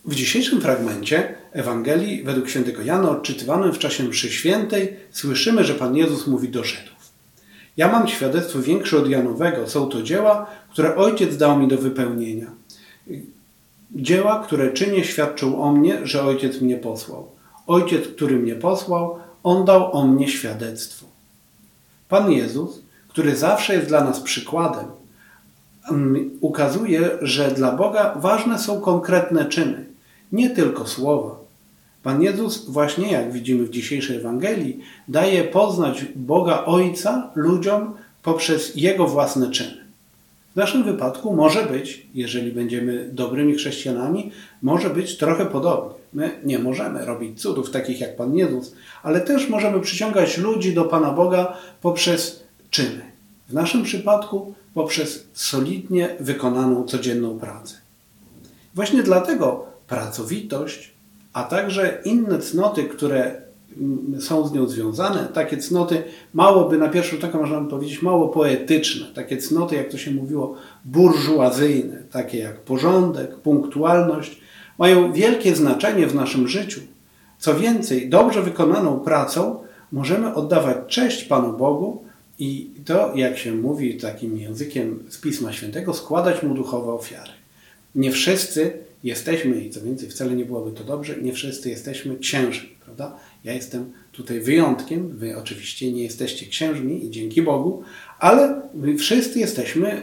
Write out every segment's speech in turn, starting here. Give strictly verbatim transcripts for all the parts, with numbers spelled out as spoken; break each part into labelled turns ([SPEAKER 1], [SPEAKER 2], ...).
[SPEAKER 1] W dzisiejszym fragmencie Ewangelii według świętego Jana odczytywanym w czasie mszy świętej słyszymy, że Pan Jezus mówi do Żydów: ja mam świadectwo większe od Janowego, są to dzieła, które Ojciec dał mi do wypełnienia. Dzieła, które czynię, świadczą o mnie, że Ojciec mnie posłał. Ojciec, który mnie posłał, On dał o mnie świadectwo. Pan Jezus, który zawsze jest dla nas przykładem, ukazuje, że dla Boga ważne są konkretne czyny, nie tylko słowa. Pan Jezus właśnie, jak widzimy w dzisiejszej Ewangelii, daje poznać Boga Ojca ludziom poprzez Jego własne czyny. W naszym wypadku może być, jeżeli będziemy dobrymi chrześcijanami, może być trochę podobnie. My nie możemy robić cudów takich jak Pan Jezus, ale też możemy przyciągać ludzi do Pana Boga poprzez czyny. W naszym przypadku poprzez solidnie wykonaną codzienną pracę. Właśnie dlatego pracowitość, a także inne cnoty, które są z nią związane, takie cnoty mało by na pierwszy rzut oka można by powiedzieć mało poetyczne, takie cnoty, jak to się mówiło, burżuazyjne, takie jak porządek, punktualność, mają wielkie znaczenie w naszym życiu. Co więcej, dobrze wykonaną pracą możemy oddawać cześć Panu Bogu i to, jak się mówi takim językiem z Pisma Świętego, składać Mu duchowe ofiary. Nie wszyscy jesteśmy, i co więcej, wcale nie byłoby to dobrze, nie wszyscy jesteśmy księżmi, prawda? Ja jestem tutaj wyjątkiem, wy oczywiście nie jesteście księżmi i dzięki Bogu, ale wszyscy jesteśmy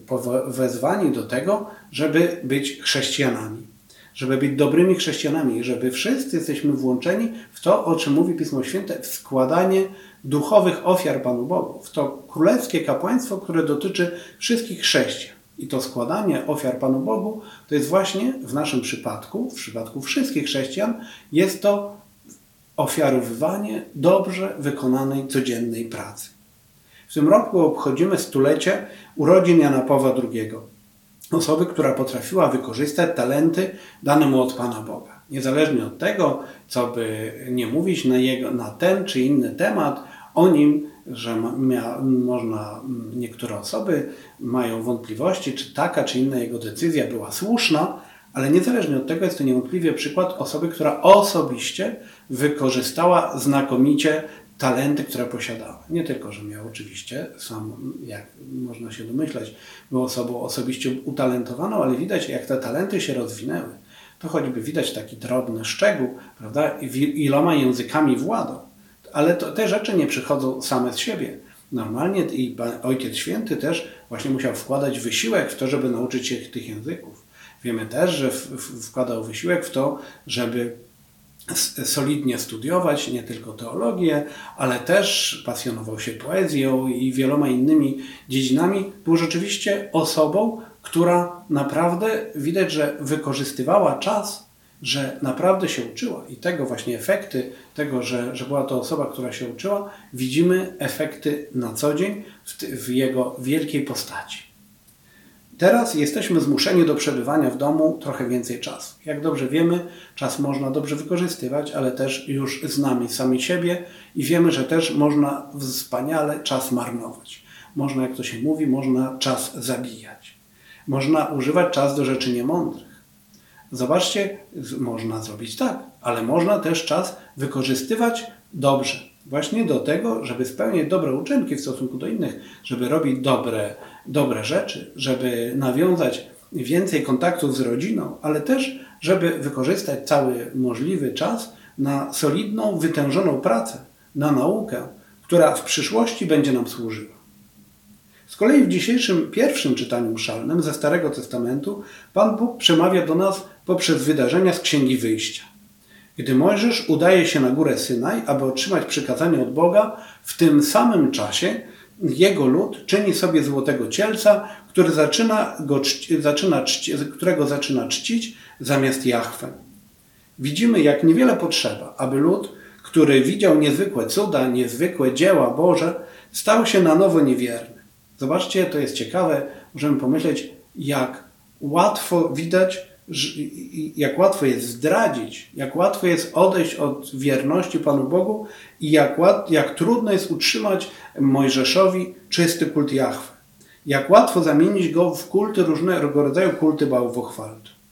[SPEAKER 1] wezwani do tego, żeby być chrześcijanami, żeby być dobrymi chrześcijanami, żeby wszyscy jesteśmy włączeni w to, o czym mówi Pismo Święte, w składanie duchowych ofiar Panu Bogu, w to królewskie kapłaństwo, które dotyczy wszystkich chrześcijan. I to składanie ofiar Panu Bogu to jest właśnie w naszym przypadku, w przypadku wszystkich chrześcijan, jest to ofiarowywanie dobrze wykonanej codziennej pracy. W tym roku obchodzimy stulecie urodzin Jana Pawła drugiego. Osoby, która potrafiła wykorzystać talenty dane mu od Pana Boga. Niezależnie od tego, co by nie mówić na, jego, na ten czy inny temat, o nim, że mia, można, niektóre osoby mają wątpliwości, czy taka czy inna jego decyzja była słuszna, ale niezależnie od tego jest to niewątpliwie przykład osoby, która osobiście wykorzystała znakomicie talenty, które posiadała. Nie tylko, że miał oczywiście, sam, jak można się domyślać, był osobą osobiście utalentowaną, ale widać, jak te talenty się rozwinęły. To choćby widać taki drobny szczegół, prawda, iloma językami władał. Ale to, te rzeczy nie przychodzą same z siebie. Normalnie i Ojciec Święty też właśnie musiał wkładać wysiłek w to, żeby nauczyć się tych języków. Wiemy też, że w, w, wkładał wysiłek w to, żeby solidnie studiować nie tylko teologię, ale też pasjonował się poezją i wieloma innymi dziedzinami. Był rzeczywiście osobą, która naprawdę widać, że wykorzystywała czas, że naprawdę się uczyła. I tego właśnie efekty, tego, że, że była to osoba, która się uczyła, widzimy efekty na co dzień w, w jego wielkiej postaci. Teraz jesteśmy zmuszeni do przebywania w domu trochę więcej czasu. Jak dobrze wiemy, czas można dobrze wykorzystywać, ale też już znamy sami siebie i wiemy, że też można wspaniale czas marnować. Można, jak to się mówi, można czas zabijać. Można używać czas do rzeczy niemądrych. Zobaczcie, można zrobić tak, ale można też czas wykorzystywać dobrze. Właśnie do tego, żeby spełniać dobre uczynki w stosunku do innych, żeby robić dobre, dobre rzeczy, żeby nawiązać więcej kontaktów z rodziną, ale też, żeby wykorzystać cały możliwy czas na solidną, wytężoną pracę, na naukę, która w przyszłości będzie nam służyła. Z kolei w dzisiejszym pierwszym czytaniu mszalnym ze Starego Testamentu Pan Bóg przemawia do nas poprzez wydarzenia z Księgi Wyjścia. Gdy Mojżesz udaje się na górę Synaj, aby otrzymać przykazanie od Boga, w tym samym czasie jego lud czyni sobie złotego cielca, który zaczyna go czci, zaczyna czci, którego zaczyna czcić zamiast Jahwe. Widzimy, jak niewiele potrzeba, aby lud, który widział niezwykłe cuda, niezwykłe dzieła Boże, stał się na nowo niewierny. Zobaczcie, to jest ciekawe, możemy pomyśleć, jak łatwo widać, jak łatwo jest zdradzić, jak łatwo jest odejść od wierności Panu Bogu i jak, łat, jak trudno jest utrzymać Mojżeszowi czysty kult Jahwe. Jak łatwo zamienić go w kulty różnego rodzaju kulty bałwochwalcze.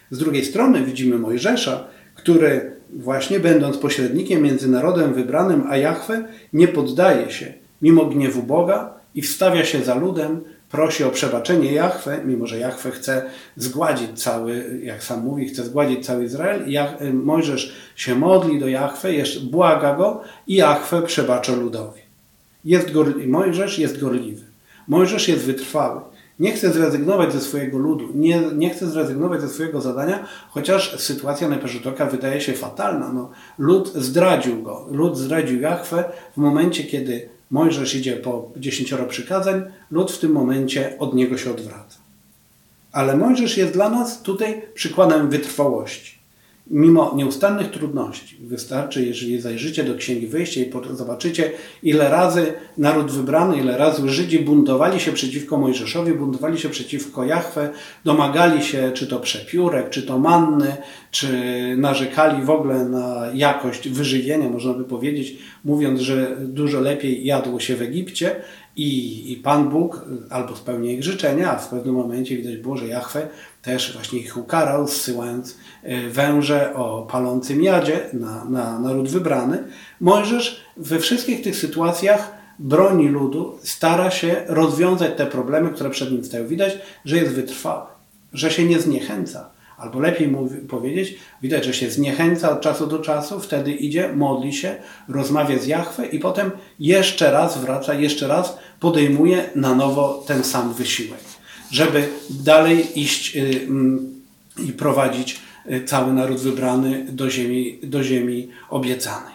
[SPEAKER 1] Z drugiej strony widzimy Mojżesza, który właśnie będąc pośrednikiem między narodem wybranym a Jahwe nie poddaje się mimo gniewu Boga i wstawia się za ludem, prosi o przebaczenie Jahwe, mimo że Jahwe chce zgładzić cały, jak sam mówi, chce zgładzić cały Izrael. Mojżesz się modli do Jahwe, jeszcze błaga go i Jahwe przebacza ludowi. Jest gorli, Mojżesz jest gorliwy. Mojżesz jest wytrwały. Nie chce zrezygnować ze swojego ludu, nie, nie chce zrezygnować ze swojego zadania, chociaż sytuacja najpierw oka wydaje się fatalna. No, lud zdradził go, lud zdradził Jahwe w momencie, kiedy Mojżesz idzie po dziesięcioro przykazań, lud w tym momencie od niego się odwraca. Ale Mojżesz jest dla nas tutaj przykładem wytrwałości. Mimo nieustannych trudności, wystarczy, jeżeli zajrzycie do Księgi Wyjścia i zobaczycie, ile razy naród wybrany, ile razy Żydzi buntowali się przeciwko Mojżeszowi, buntowali się przeciwko Jahwe, domagali się czy to przepiórek, czy to manny, czy narzekali w ogóle na jakość wyżywienia, można by powiedzieć, mówiąc, że dużo lepiej jadło się w Egipcie i, i Pan Bóg albo spełnia ich życzenia, a w pewnym momencie widać było, że Jahwe też właśnie ich ukarał, zsyłając węże o palącym jadzie na, na naród wybrany. Mojżesz we wszystkich tych sytuacjach broni ludu, stara się rozwiązać te problemy, które przed nim stoją. Widać, że jest wytrwały, że się nie zniechęca. Albo lepiej mówi, powiedzieć, widać, że się zniechęca od czasu do czasu, wtedy idzie, modli się, rozmawia z Jahwe i potem jeszcze raz wraca, jeszcze raz podejmuje na nowo ten sam wysiłek, żeby dalej iść yy, yy, i prowadzić yy, cały naród wybrany do ziemi, do ziemi obiecanej.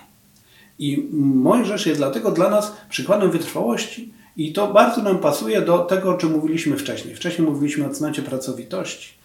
[SPEAKER 1] I Mojżesz jest dlatego dla nas przykładem wytrwałości i to bardzo nam pasuje do tego, o czym mówiliśmy wcześniej. Wcześniej mówiliśmy o cnocie pracowitości,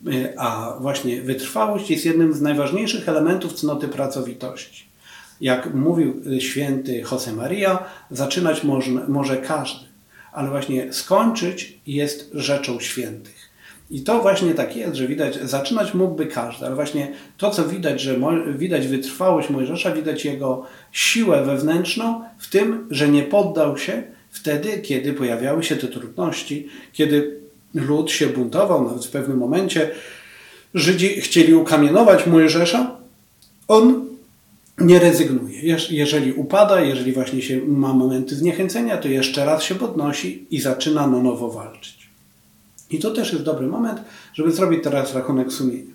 [SPEAKER 1] a właśnie wytrwałość jest jednym z najważniejszych elementów cnoty pracowitości. Jak mówił święty Josemaria, zaczynać może, może każdy, ale właśnie skończyć jest rzeczą świętych. I to właśnie tak jest, że widać, zaczynać mógłby każdy, ale właśnie to, co widać, że mo- widać wytrwałość Mojżesza, widać jego siłę wewnętrzną w tym, że nie poddał się wtedy, kiedy pojawiały się te trudności, kiedy lud się buntował, nawet w pewnym momencie Żydzi chcieli ukamienować Mojżesza, on nie rezygnuje. Jeżeli upada, jeżeli właśnie się ma momenty zniechęcenia, to jeszcze raz się podnosi i zaczyna na nowo walczyć. I to też jest dobry moment, żeby zrobić teraz rachunek sumienia.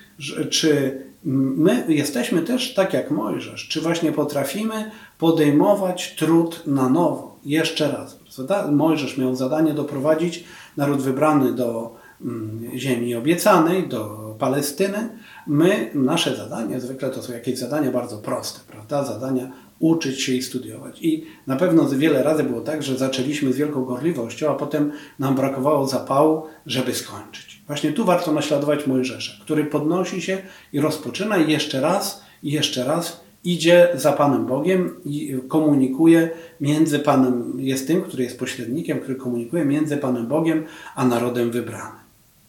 [SPEAKER 1] Czy my jesteśmy też tak jak Mojżesz? Czy właśnie potrafimy podejmować trud na nowo? Jeszcze raz. Mojżesz miał zadanie doprowadzić naród wybrany do ziemi obiecanej, do Palestyny. My, nasze zadanie, zwykle to są jakieś zadania bardzo proste, prawda? Zadania uczyć się i studiować. I na pewno wiele razy było tak, że zaczęliśmy z wielką gorliwością, a potem nam brakowało zapału, żeby skończyć. Właśnie tu warto naśladować Mojżesza, który podnosi się i rozpoczyna i jeszcze raz, i jeszcze raz idzie za Panem Bogiem i komunikuje między Panem, jest tym, który jest pośrednikiem, który komunikuje między Panem Bogiem a narodem wybranym.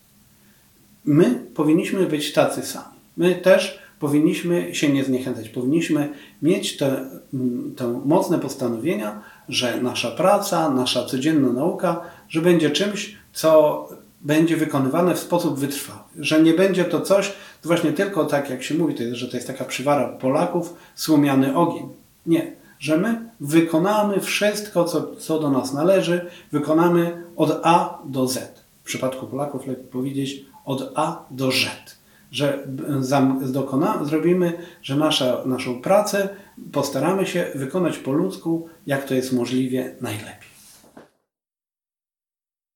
[SPEAKER 1] My powinniśmy być tacy sami. My też powinniśmy się nie zniechęcać. Powinniśmy mieć te, te mocne postanowienia, że nasza praca, nasza codzienna nauka, że będzie czymś, co będzie wykonywane w sposób wytrwały. Że nie będzie to coś, to właśnie tylko tak jak się mówi, to jest, że to jest taka przywara Polaków, słomiany ogień. Nie. Że my wykonamy wszystko, co, co do nas należy, wykonamy od A do Z. W przypadku Polaków lepiej powiedzieć od A do Z. Że dokona, zrobimy, że nasza, naszą pracę postaramy się wykonać po ludzku, jak to jest możliwie najlepiej.